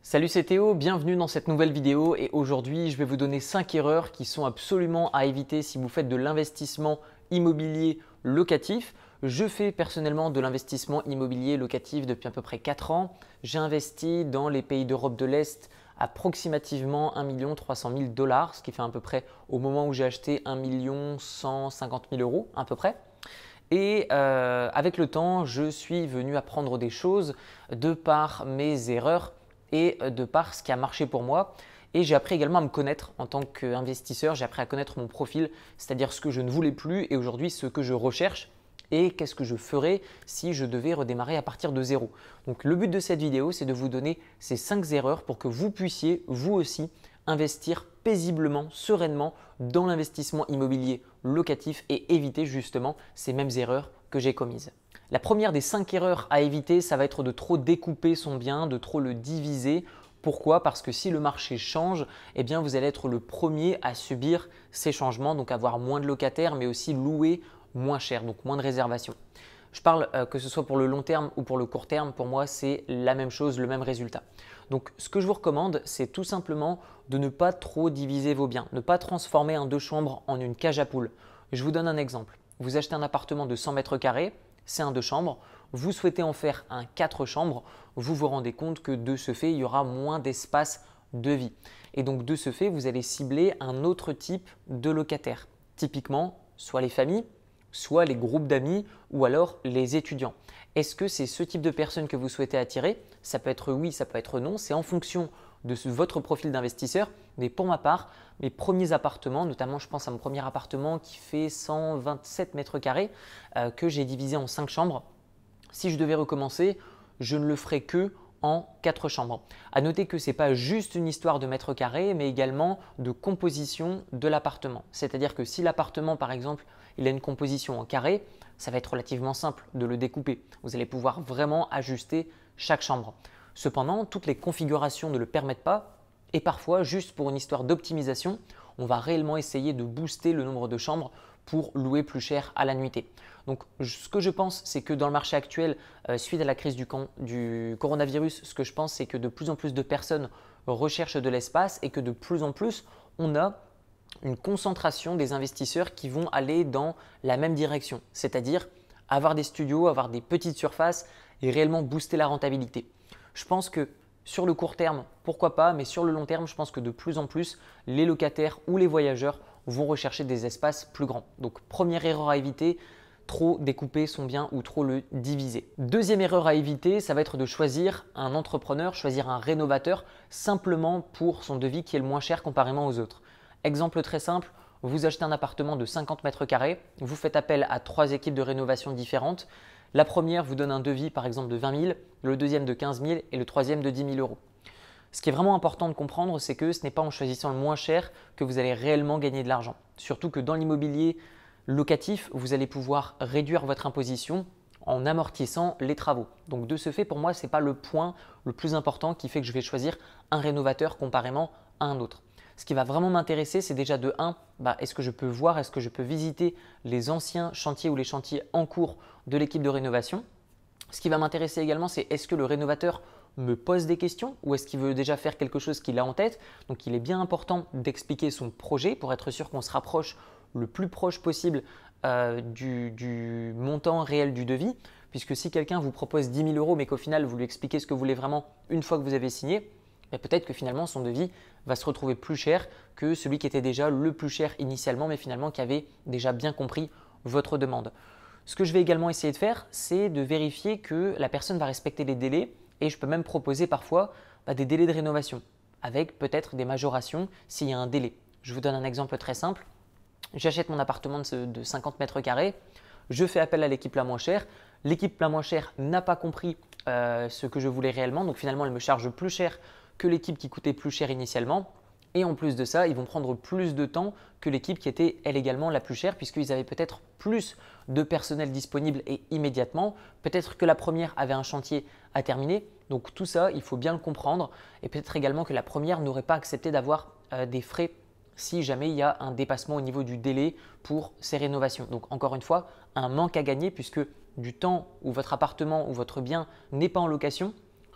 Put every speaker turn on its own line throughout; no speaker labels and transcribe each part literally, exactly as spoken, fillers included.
Salut, c'est Théo, bienvenue dans cette nouvelle vidéo et aujourd'hui je vais vous donner cinq erreurs qui sont absolument à éviter si vous faites de l'investissement immobilier locatif. Je fais personnellement de l'investissement immobilier locatif depuis à peu près quatre ans. J'ai investi dans les pays d'Europe de l'Est approximativement un million trois cent mille dollars, ce qui fait à peu près au moment où j'ai acheté un million cent cinquante mille euros à peu près. Et euh, avec le temps, je suis venu apprendre des choses de par mes erreurs et de par ce qui a marché pour moi. Et j'ai appris également à me connaître en tant qu'investisseur. J'ai appris à connaître mon profil, c'est-à-dire ce que je ne voulais plus et aujourd'hui ce que je recherche et qu'est-ce que je ferais si je devais redémarrer à partir de zéro. Donc le but de cette vidéo, c'est de vous donner ces cinq erreurs pour que vous puissiez vous aussi investir paisiblement, sereinement dans l'investissement immobilier locatif et éviter justement ces mêmes erreurs que j'ai commises. La première des cinq erreurs à éviter, ça va être de trop découper son bien, de trop le diviser. Pourquoi? Parce que si le marché change, eh bien vous allez être le premier à subir ces changements, donc avoir moins de locataires, mais aussi louer moins cher, donc moins de réservations. Je parle euh, que ce soit pour le long terme ou pour le court terme, pour moi c'est la même chose, le même résultat. Donc ce que je vous recommande, c'est tout simplement de ne pas trop diviser vos biens, ne pas transformer un deux chambres en une cage à poules. Je vous donne un exemple. Vous achetez un appartement de cent mètres carrés, c'est un deux chambres, vous souhaitez en faire un quatre chambres, vous vous rendez compte que de ce fait, il y aura moins d'espace de vie. Et donc de ce fait, vous allez cibler un autre type de locataire. Typiquement, soit les familles, soit les groupes d'amis ou alors les étudiants. Est-ce que c'est ce type de personnes que vous souhaitez attirer? Ça peut être oui, ça peut être non. C'est en fonction de ce, votre profil d'investisseur. Mais pour ma part, mes premiers appartements, notamment je pense à mon premier appartement qui fait cent vingt-sept mètres carrés, euh, que j'ai divisé en cinq chambres. Si je devais recommencer, je ne le ferais que en quatre chambres. À noter que ce n'est pas juste une histoire de mètres carrés, mais également de composition de l'appartement. C'est-à-dire que si l'appartement, par exemple, il a une composition en carré, ça va être relativement simple de le découper. Vous allez pouvoir vraiment ajuster chaque chambre. Cependant, toutes les configurations ne le permettent pas et parfois, juste pour une histoire d'optimisation, on va réellement essayer de booster le nombre de chambres pour louer plus cher à la nuitée. Donc, ce que je pense, c'est que dans le marché actuel, euh, suite à la crise du, du coronavirus, ce que je pense, c'est que de plus en plus de personnes recherchent de l'espace et que de plus en plus, on a une concentration des investisseurs qui vont aller dans la même direction, c'est-à-dire avoir des studios, avoir des petites surfaces et réellement booster la rentabilité. Je pense que sur le court terme, pourquoi pas, mais sur le long terme, je pense que de plus en plus, les locataires ou les voyageurs vont rechercher des espaces plus grands. Donc, première erreur à éviter, trop découper son bien ou trop le diviser. Deuxième erreur à éviter, ça va être de choisir un entrepreneur, choisir un rénovateur simplement pour son devis qui est le moins cher comparément aux autres. Exemple très simple, vous achetez un appartement de cinquante mètres carrés, vous faites appel à trois équipes de rénovation différentes. La première vous donne un devis par exemple de vingt mille, le deuxième de quinze mille et le troisième de dix mille euros. Ce qui est vraiment important de comprendre, c'est que ce n'est pas en choisissant le moins cher que vous allez réellement gagner de l'argent. Surtout que dans l'immobilier locatif, vous allez pouvoir réduire votre imposition en amortissant les travaux. Donc de ce fait, pour moi, ce n'est pas le point le plus important qui fait que je vais choisir un rénovateur comparément à un autre. Ce qui va vraiment m'intéresser, c'est déjà de un, bah, est-ce que je peux voir, est-ce que je peux visiter les anciens chantiers ou les chantiers en cours de l'équipe de rénovation. Ce qui va m'intéresser également, c'est est-ce que le rénovateur me pose des questions ou est-ce qu'il veut déjà faire quelque chose qu'il a en tête. Donc il est bien important d'expliquer son projet pour être sûr qu'on se rapproche le plus proche possible euh, du, du montant réel du devis. Puisque si quelqu'un vous propose dix mille euros mais qu'au final vous lui expliquez ce que vous voulez vraiment une fois que vous avez signé, peut-être que finalement son devis va se retrouver plus cher que celui qui était déjà le plus cher initialement mais finalement qui avait déjà bien compris votre demande. Ce que je vais également essayer de faire, c'est de vérifier que la personne va respecter les délais et je peux même proposer parfois bah, des délais de rénovation avec peut-être des majorations s'il y a un délai. Je vous donne un exemple très simple. J'achète mon appartement de cinquante mètres carrés, je fais appel à l'équipe la moins chère. L'équipe la moins chère n'a pas compris euh, ce que je voulais réellement, donc finalement elle me charge plus cher que l'équipe qui coûtait plus cher initialement. Et en plus de ça, ils vont prendre plus de temps que l'équipe qui était elle également la plus chère puisqu'ils avaient peut-être plus de personnel disponible et immédiatement. Peut-être que la première avait un chantier à terminer. Donc tout ça, il faut bien le comprendre. Et peut-être également que la première n'aurait pas accepté d'avoir euh, des frais si jamais il y a un dépassement au niveau du délai pour ces rénovations. Donc encore une fois, un manque à gagner puisque du temps où votre appartement ou votre bien n'est pas en location,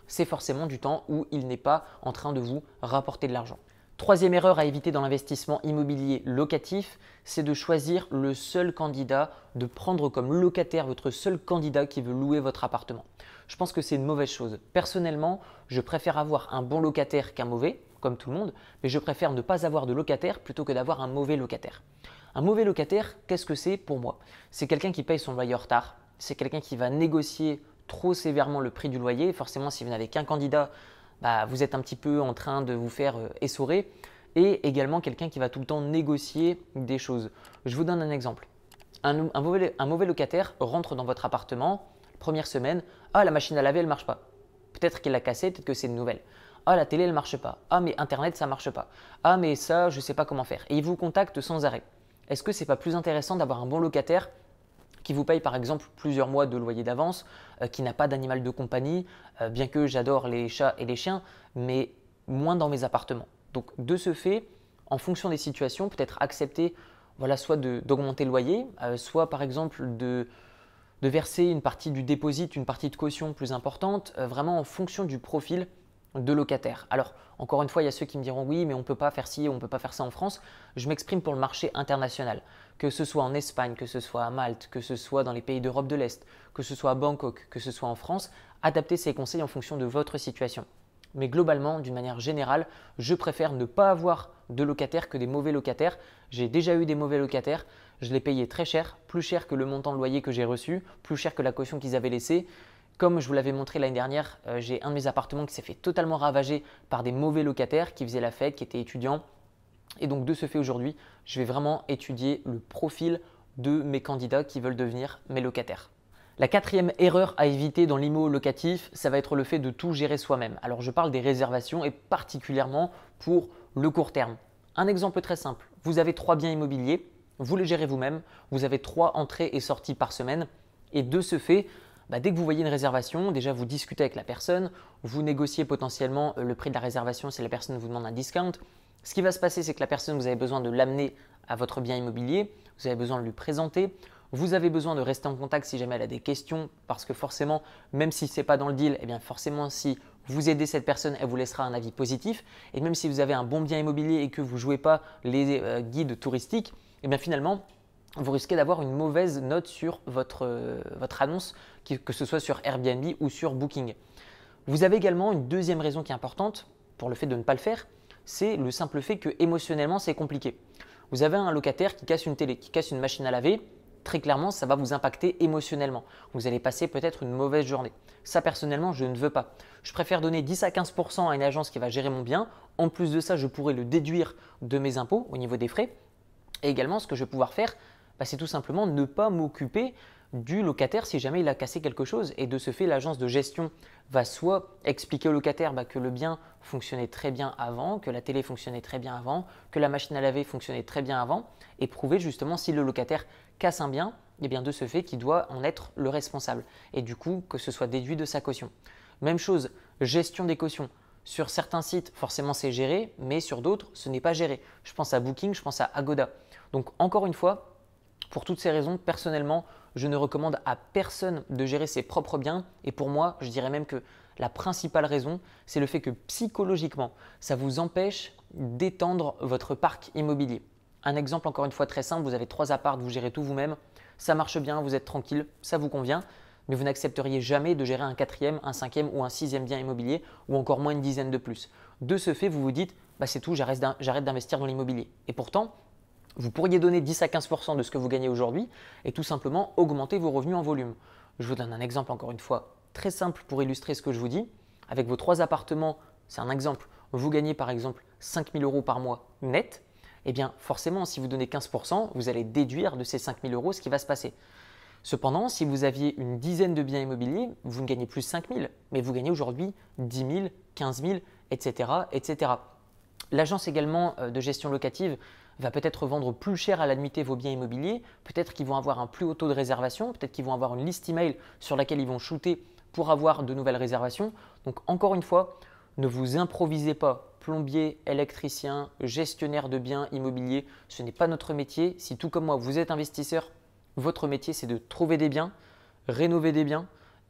c'est forcément du temps où il n'est pas en train de vous rapporter de l'argent. Troisième erreur à éviter dans l'investissement immobilier locatif, c'est de choisir le seul candidat, de prendre comme locataire votre seul candidat qui veut louer votre appartement. Je pense que c'est une mauvaise chose. Personnellement, je préfère avoir un bon locataire qu'un mauvais, comme tout le monde, mais je préfère ne pas avoir de locataire plutôt que d'avoir un mauvais locataire. Un mauvais locataire, qu'est-ce que c'est pour moi? C'est quelqu'un qui paye son loyer en retard, c'est quelqu'un qui va négocier trop sévèrement le prix du loyer. Forcément, si vous n'avez qu'un candidat, bah, vous êtes un petit peu en train de vous faire euh, essorer. Et également quelqu'un qui va tout le temps négocier des choses. Je vous donne un exemple. Un, un, mauvais, un mauvais locataire rentre dans votre appartement, première semaine, ah la machine à laver elle ne marche pas. Peut-être qu'il l'a cassée, peut-être que c'est une nouvelle. Ah la télé elle ne marche pas. Ah mais internet ça ne marche pas. Ah mais ça je ne sais pas comment faire. Et il vous contacte sans arrêt. Est-ce que ce n'est pas plus intéressant d'avoir un bon locataire qui vous paye par exemple plusieurs mois de loyer d'avance, euh, qui n'a pas d'animal de compagnie, euh, bien que j'adore les chats et les chiens, mais moins dans mes appartements. Donc de ce fait, en fonction des situations, peut-être accepter voilà, soit d'augmenter le loyer, euh, soit par exemple de, de verser une partie du dépôt, une partie de caution plus importante, euh, vraiment en fonction du profil de locataire. Alors encore une fois, il y a ceux qui me diront oui, mais on ne peut pas faire ci, on ne peut pas faire ça en France. Je m'exprime pour le marché international, que ce soit en Espagne, que ce soit à Malte, que ce soit dans les pays d'Europe de l'Est, que ce soit à Bangkok, que ce soit en France, adaptez ces conseils en fonction de votre situation. Mais globalement, d'une manière générale, je préfère ne pas avoir de locataires que des mauvais locataires. J'ai déjà eu des mauvais locataires, je les payais très cher, plus cher que le montant de loyer que j'ai reçu, plus cher que la caution qu'ils avaient laissée. Comme je vous l'avais montré l'année dernière, euh, j'ai un de mes appartements qui s'est fait totalement ravager par des mauvais locataires qui faisaient la fête, qui étaient étudiants. Et donc de ce fait aujourd'hui, je vais vraiment étudier le profil de mes candidats qui veulent devenir mes locataires. La quatrième erreur à éviter dans l'immo locatif, ça va être le fait de tout gérer soi-même. Alors je parle des réservations et particulièrement pour le court terme. Un exemple très simple, vous avez trois biens immobiliers, vous les gérez vous-même, vous avez trois entrées et sorties par semaine et de ce fait, bah, dès que vous voyez une réservation, déjà vous discutez avec la personne, vous négociez potentiellement le prix de la réservation si la personne vous demande un discount. Ce qui va se passer, c'est que la personne, vous avez besoin de l'amener à votre bien immobilier, vous avez besoin de lui présenter, vous avez besoin de rester en contact si jamais elle a des questions parce que forcément, même si ce n'est pas dans le deal, eh bien forcément si vous aidez cette personne, elle vous laissera un avis positif. Et même si vous avez un bon bien immobilier et que vous ne jouez pas les euh, guides touristiques, eh bien finalement, vous risquez d'avoir une mauvaise note sur votre, euh, votre annonce, que ce soit sur Airbnb ou sur Booking. Vous avez également une deuxième raison qui est importante pour le fait de ne pas le faire, c'est le simple fait que émotionnellement, c'est compliqué. Vous avez un locataire qui casse une télé, qui casse une machine à laver, très clairement, ça va vous impacter émotionnellement. Vous allez passer peut-être une mauvaise journée. Ça, personnellement, je ne veux pas. Je préfère donner dix à quinze pour cent à une agence qui va gérer mon bien. En plus de ça, je pourrais le déduire de mes impôts au niveau des frais. Et également, ce que je vais pouvoir faire, bah, c'est tout simplement ne pas m'occuper du locataire si jamais il a cassé quelque chose. Et de ce fait, l'agence de gestion va soit expliquer au locataire bah, que le bien fonctionnait très bien avant, que la télé fonctionnait très bien avant, que la machine à laver fonctionnait très bien avant, et prouver justement si le locataire casse un bien, et bien de ce fait qu'il doit en être le responsable. Et du coup, que ce soit déduit de sa caution. Même chose, gestion des cautions. Sur certains sites, forcément c'est géré, mais sur d'autres, ce n'est pas géré. Je pense à Booking, je pense à Agoda. Donc encore une fois, pour toutes ces raisons, personnellement, je ne recommande à personne de gérer ses propres biens. Et pour moi, je dirais même que la principale raison, c'est le fait que psychologiquement, ça vous empêche d'étendre votre parc immobilier. Un exemple encore une fois très simple, vous avez trois apparts, vous gérez tout vous-même, ça marche bien, vous êtes tranquille, ça vous convient, mais vous n'accepteriez jamais de gérer un quatrième, un cinquième ou un sixième bien immobilier ou encore moins une dizaine de plus. De ce fait, vous vous dites, bah c'est tout, j'arrête d'investir dans l'immobilier. Et pourtant, vous pourriez donner dix à quinze pour cent de ce que vous gagnez aujourd'hui et tout simplement augmenter vos revenus en volume. Je vous donne un exemple encore une fois très simple pour illustrer ce que je vous dis. Avec vos trois appartements, c'est un exemple, vous gagnez par exemple cinq mille euros par mois net. Eh bien forcément, si vous donnez quinze pour cent, vous allez déduire de ces cinq mille euros ce qui va se passer. Cependant, si vous aviez une dizaine de biens immobiliers, vous ne gagnez plus cinq mille, mais vous gagnez aujourd'hui dix mille, quinze mille, et cetera et cetera. L'agence également de gestion locative va peut-être vendre plus cher à la nuitée vos biens immobiliers, peut-être qu'ils vont avoir un plus haut taux de réservation, peut-être qu'ils vont avoir une liste email sur laquelle ils vont shooter pour avoir de nouvelles réservations. Donc encore une fois, ne vous improvisez pas plombier, électricien, gestionnaire de biens immobiliers, ce n'est pas notre métier. Si tout comme moi, vous êtes investisseur, votre métier c'est de trouver des biens, rénover des biens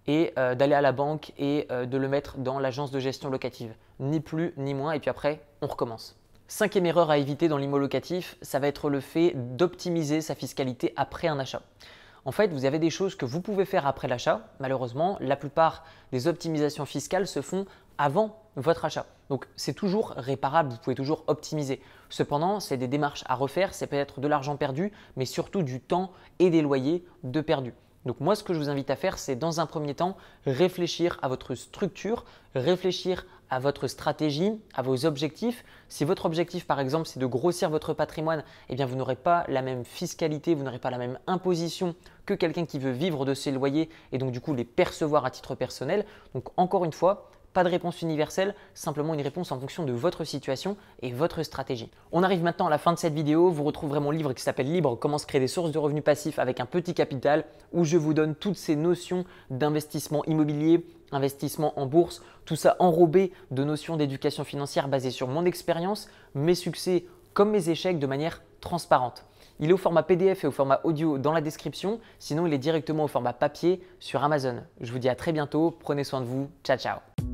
et euh, d'aller à la banque et euh, de le mettre dans l'agence de gestion locative. Ni plus ni moins et puis après, on recommence. Cinquième erreur à éviter dans l'immo locatif, ça va être le fait d'optimiser sa fiscalité après un achat. En fait, vous avez des choses que vous pouvez faire après l'achat. Malheureusement, la plupart des optimisations fiscales se font avant votre achat. Donc, c'est toujours réparable, vous pouvez toujours optimiser. Cependant, c'est des démarches à refaire, c'est peut-être de l'argent perdu, mais surtout du temps et des loyers de perdu. Donc moi, ce que je vous invite à faire, c'est dans un premier temps, réfléchir à votre structure, réfléchir à votre stratégie, à vos objectifs. Si votre objectif, par exemple, c'est de grossir votre patrimoine, eh bien, vous n'aurez pas la même fiscalité, vous n'aurez pas la même imposition que quelqu'un qui veut vivre de ses loyers et donc du coup les percevoir à titre personnel. Donc encore une fois, pas de réponse universelle, simplement une réponse en fonction de votre situation et votre stratégie. On arrive maintenant à la fin de cette vidéo. Vous retrouverez mon livre qui s'appelle Libre, comment se créer des sources de revenus passifs avec un petit capital, où je vous donne toutes ces notions d'investissement immobilier, investissement en bourse, tout ça enrobé de notions d'éducation financière basées sur mon expérience, mes succès comme mes échecs de manière transparente. Il est au format P D F et au format audio dans la description, sinon il est directement au format papier sur Amazon. Je vous dis à très bientôt, prenez soin de vous, ciao ciao.